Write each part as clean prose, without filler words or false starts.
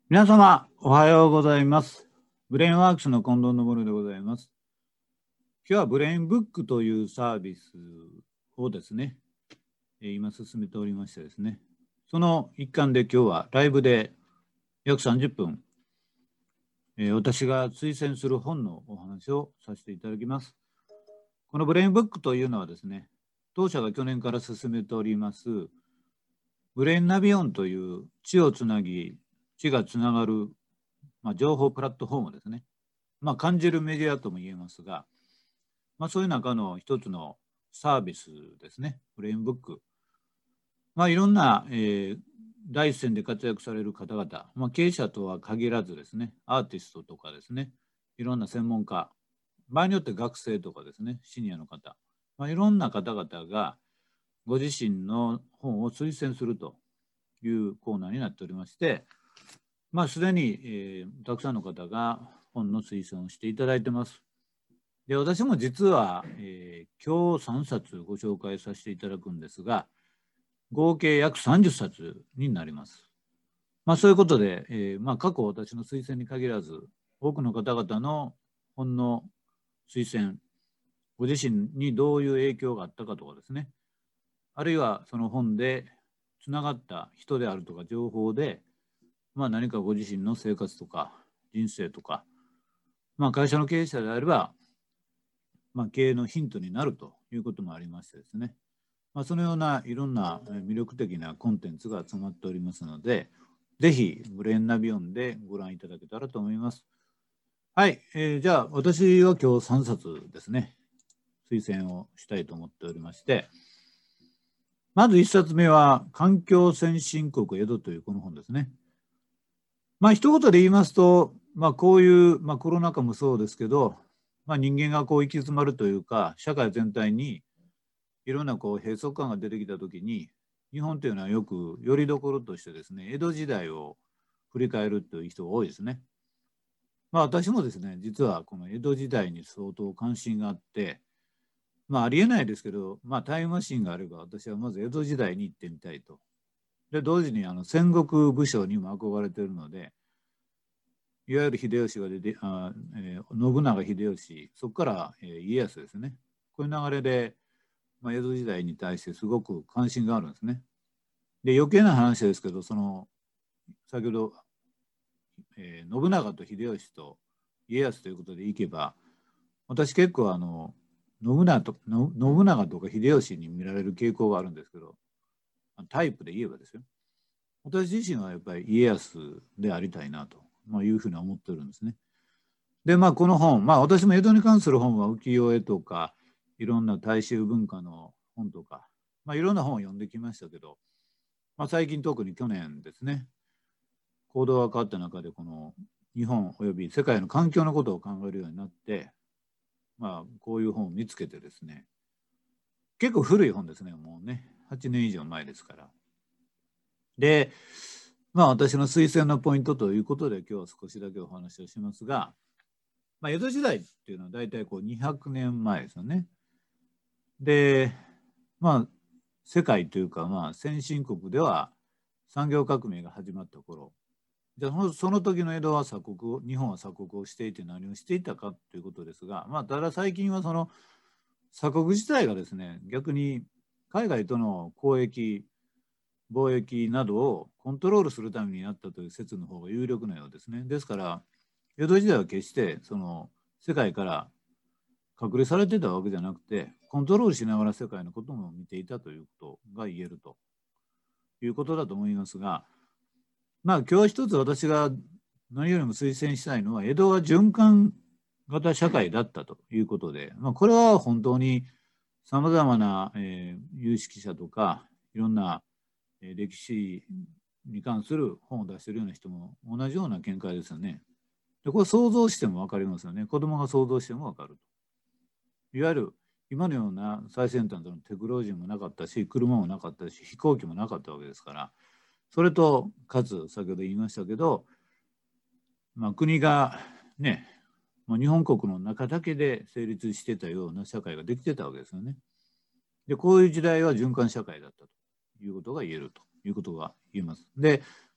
皆様、おはようございます。ブレインワークスの近藤昇でございます。今日はブレインブックというサービスをですね、今進めておりましてですね、その一環で今日はライブで約30分、私が推薦する本のお話をさせていただきます。このブレインブックというのはですね、当社が去年から進めておりますブレインナビオンという知をつなぎ、知がつながる、情報プラットフォームですね。感じるメディアとも言えますが、そういう中の一つのサービスですね、ブレインブック。いろんな、第一線で活躍される方々、経営者とは限らずですね、アーティストとかですね、いろんな専門家、場合によって学生とかですね、シニアの方、いろんな方々がご自身の本を推薦するというコーナーになっておりまして、すでに、たくさんの方が本の推薦をしていただいてます。で、私も実は、今日3冊ご紹介させていただくんですが、合計約30冊になります。そういうことで、過去私の推薦に限らず、多くの方々の本の推薦、ご自身にどういう影響があったかとかですね、あるいはその本でつながった人であるとか情報で、何かご自身の生活とか人生とか、会社の経営者であれば、経営のヒントになるということもありましてですね、そのようないろんな魅力的なコンテンツが詰まっておりますので、ぜひブレインナビオンでご覧いただけたらと思います。はい、じゃあ私は今日3冊ですね、推薦をしたいと思っておりまして、まず1冊目は環境先進国江戸というこの本ですね。一言で言いますと、こういう、コロナ禍もそうですけど、人間がこう行き詰まるというか、社会全体にいろんなこう閉塞感が出てきたときに、日本というのはよくよりどころとしてですね、江戸時代を振り返るという人が多いですね。私もですね、実はこの江戸時代に相当関心があって、ありえないですけど、タイムマシンがあれば私はまず江戸時代に行ってみたいと。で、同時に戦国武将にも憧れているので、いわゆる秀吉が出て、信長秀吉、そこから、家康ですね。こういう流れで、江戸時代に対してすごく関心があるんですね。で、余計な話ですけど、先ほど、信長と秀吉と家康ということでいけば、私結構信長とか秀吉に見られる傾向があるんですけど、タイプで言えばですよ。私自身はやっぱり家康でありたいなと、いうふうに思ってるんですね。で、この本、私も江戸に関する本は浮世絵とか、いろんな大衆文化の本とか、いろんな本を読んできましたけど、最近特に去年ですね、行動が変わった中で、この日本および世界の環境のことを考えるようになって、こういう本を見つけてですね、結構古い本ですね、もうね、8年以上前ですから。で、私の推薦のポイントということで、今日は少しだけお話をしますが、江戸時代っていうのは大体こう200年前ですよね。で、世界というか、先進国では産業革命が始まった頃、じゃあその時の江戸は鎖国日本は鎖国をしていて何をしていたかということですが、ただ最近はその鎖国自体がですね、逆に海外との交易、貿易などをコントロールするためにやったという説の方が有力なようですね。ですから、江戸時代は決してその世界から隔離されてたわけじゃなくて、コントロールしながら世界のことも見ていたということが言えるということだと思いますが、今日一つ私が何よりも推薦したいのは、江戸は循環型社会だったということで、これは本当にさまざまな、有識者とか、いろんな、歴史に関する本を出しているような人も同じような見解ですよね。で、これ想像しても分かりますよね。子供が想像しても分かると。いわゆる今のような最先端のテクノロジーもなかったし、車もなかったし、飛行機もなかったわけですから、それと、かつ、先ほど言いましたけど、国がね、日本国の中だけで成立してたような社会ができてたわけですよね。で、こういう時代は循環社会だったということが言えるということが言えます。で、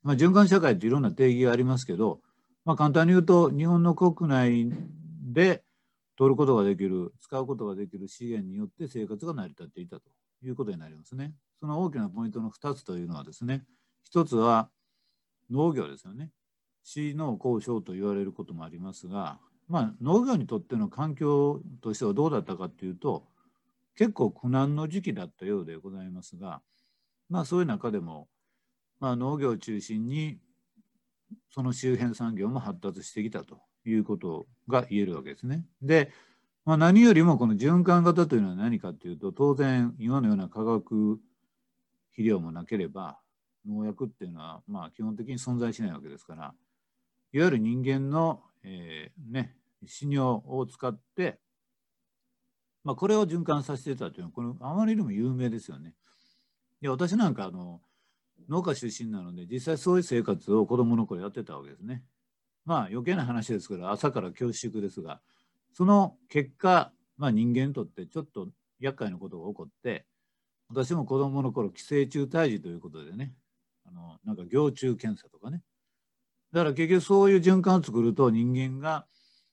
循環社会っていろんな定義がありますけど、簡単に言うと日本の国内で取ることができる、使うことができる資源によって生活が成り立っていたということになりますね。その大きなポイントの2つというのはですね、1つは農業ですよね。死農工商と言われることもありますが、農業にとっての環境としてはどうだったかというと、結構苦難の時期だったようでございますが、そういう中でも、農業を中心にその周辺産業も発達してきたということが言えるわけですね。で、何よりもこの循環型というのは何かというと、当然今のような化学肥料もなければ農薬っていうのは基本的に存在しないわけですから、いわゆる人間の、飼料を使って、これを循環させていたというのはこれあまりにも有名ですよね。で、私なんか農家出身なので実際そういう生活を子どもの頃やってたわけですね。余計な話ですから朝から恐縮ですが、その結果、人間にとってちょっと厄介なことが起こって、私も子どもの頃寄生虫退治ということでね、なんか蟯虫検査とかね、だから結局そういう循環を作ると人間が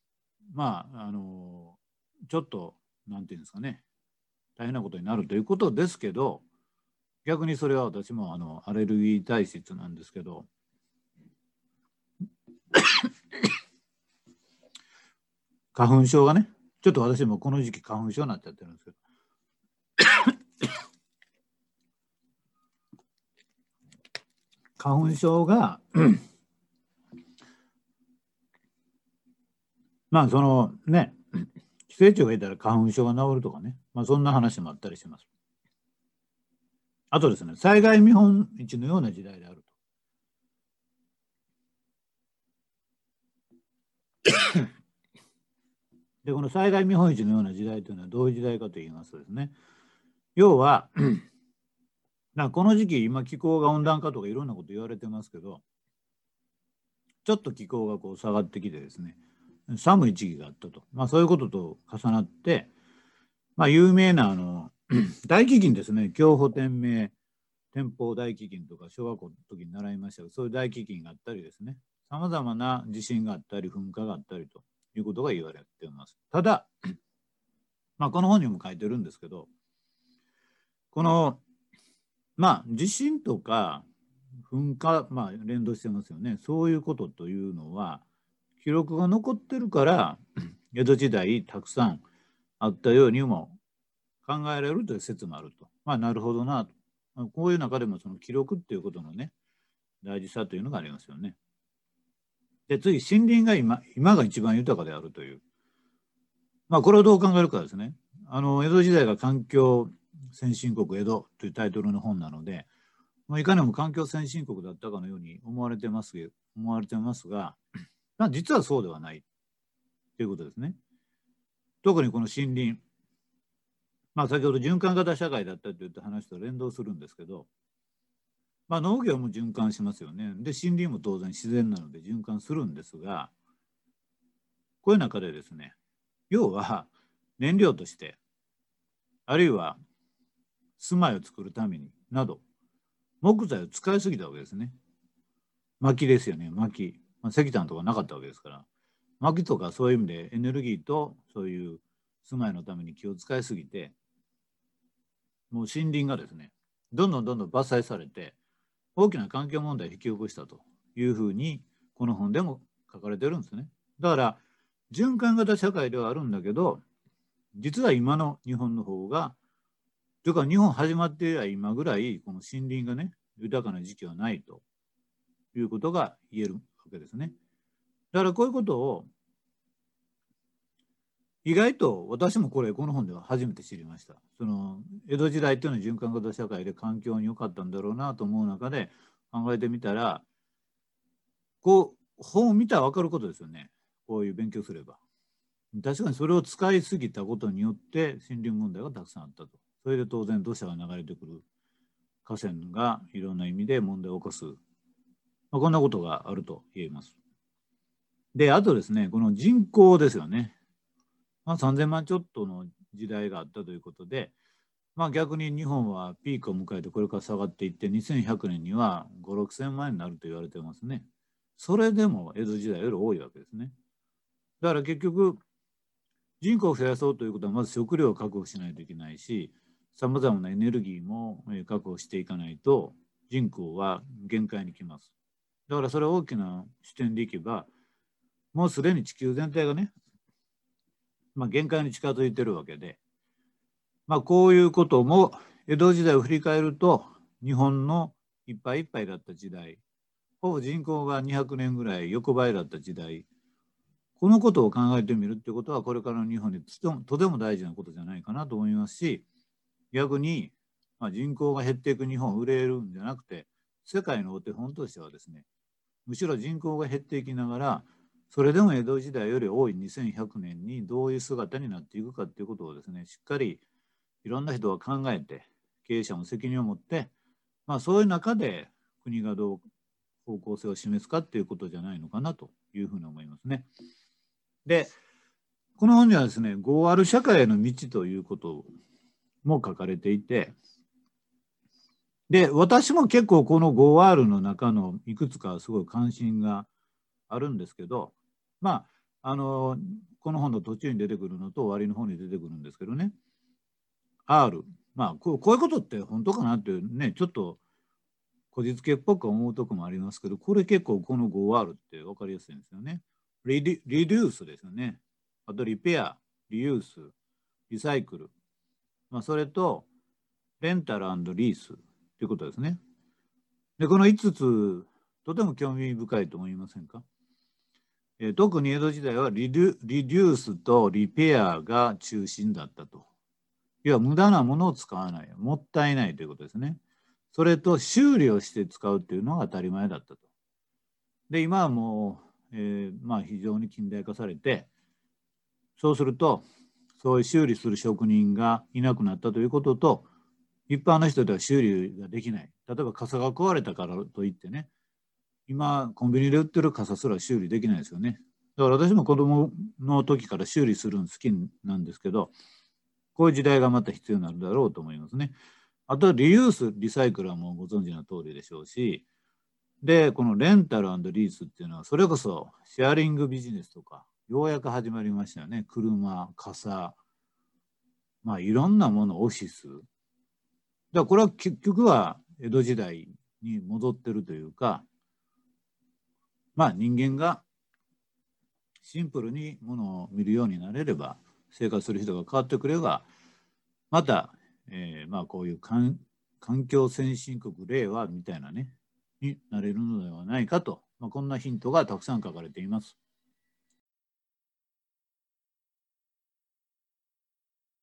ちょっとなんていうんですかね、大変なことになるということですけど、逆にそれは私もアレルギー体質なんですけど花粉症がね、ちょっと私もこの時期花粉症になっちゃってるんですけど花粉症がそのね、寄生虫がいたら花粉症が治るとかね、そんな話もあったりします。あとですね、災害見本市のような時代であると。で、この災害見本市のような時代というのはどういう時代かと言いますとですね、要はこの時期今気候が温暖化とかいろんなこと言われてますけど、ちょっと気候がこう下がってきてですね、寒い時期があったと、そういうことと重なって、有名な大飢饉ですね、享保天明天保大飢饉とか小学校の時に習いましたが、そういう大飢饉があったりですね、さまざまな地震があったり噴火があったりということが言われています。ただ、この本にも書いてるんですけど、この地震とか噴火、連動してますよね。そういうことというのは記録が残ってるから江戸時代たくさんあったようにも考えられるという説もあると。なるほどなと。こういう中でもその記録っていうことのね、大事さというのがありますよね。で、次、森林が今が一番豊かであるという。これをどう考えるかですね。江戸時代が環境先進国江戸というタイトルの本なので、いかにも環境先進国だったかのように思われてますが、実はそうではないということですね。特にこの森林、先ほど循環型社会だったといった話と連動するんですけど、農業も循環しますよね。で、森林も当然自然なので循環するんですが、こういう中でですね、要は燃料として、あるいは住まいを作るためになど、木材を使いすぎたわけですね。薪ですよね、薪。石炭とかなかったわけですから。薪とかそういう意味でエネルギーとそういう住まいのために木を使いすぎて、もう森林がですね、どんどん伐採されて、大きな環境問題を引き起こしたというふうに、この本でも書かれてるんですね。だから、循環型社会ではあるんだけど、実は今の日本の方が、というか日本始まって以来今ぐらい、この森林がね、豊かな時期はないということが言えるわけですね。だからこういうことを、意外と私もこの本では初めて知りました。その江戸時代というのは循環型社会で環境に良かったんだろうなと思う中で考えてみたら、こう本を見たら分かることですよね。こういう勉強すれば。確かにそれを使いすぎたことによって森林問題がたくさんあったと。それで当然土砂が流れてくる河川がいろんな意味で問題を起こす。こんなことがあると言えます。で、あとですね、この人口ですよね。3000万ちょっとの時代があったということで、 まあ逆に日本はピークを迎えてこれから下がっていって2100年には5、6千万になると言われてますね。それでも江戸時代より多いわけですね。だから結局人口を増やそうということはまず食料を確保しないといけないし、さまざまなエネルギーも確保していかないと人口は限界にきます。だからそれは大きな視点でいけば、もうすでに地球全体がね、限界に近づいてるわけで、こういうことも江戸時代を振り返ると、日本のいっぱいいっぱいだった時代、ほぼ人口が200年ぐらい横ばいだった時代、このことを考えてみるっていうことは、これからの日本にとても大事なことじゃないかなと思いますし、逆に、人口が減っていく日本を憂えるんじゃなくて、世界のお手本としてはですね、むしろ人口が減っていきながら、それでも江戸時代より多い2100年にどういう姿になっていくかっていうことをですね、しっかりいろんな人が考えて、経営者も責任を持って、そういう中で国がどう方向性を示すかっていうことじゃないのかなというふうに思いますね。で、この本にはですね、5R社会への道ということも書かれていて、で、私も結構この 5R の中のいくつかすごい関心があるんですけど、この本の途中に出てくるのと終わりの方に出てくるんですけどね、R、こういうことって本当かなっていうね、ちょっとこじつけっぽく思うとこもありますけど、これ結構この 5R って分かりやすいんですよね。リデュースですよね。あとリペア、リユース、リサイクル。それとレンタル&リースということですね。で、この5つ、とても興味深いと思いませんか？特に江戸時代はリデュースとリペアが中心だったと。要は無駄なものを使わない、もったいないということですね。それと修理をして使うっていうのが当たり前だったと。で、今はもう、非常に近代化されて、そうすると、そういう修理する職人がいなくなったということと、一般の人では修理ができない。例えば傘が壊れたからといってね、今コンビニで売ってる傘すら修理できないですよね。だから私も子供の時から修理するの好きなんですけど、こういう時代がまた必要になるだろうと思いますね。あとリユース、リサイクルはもうご存知の通りでしょうし、で、このレンタル&リースっていうのは、それこそシェアリングビジネスとか、ようやく始まりましたよね。車、傘、いろんなもの、オフィス。だからこれは結局は江戸時代に戻ってるというか、人間がシンプルにものを見るようになれれば、生活する人が変わってくれば、また、こういう環境先進国令和みたいなね、になれるのではないかと、こんなヒントがたくさん書かれています。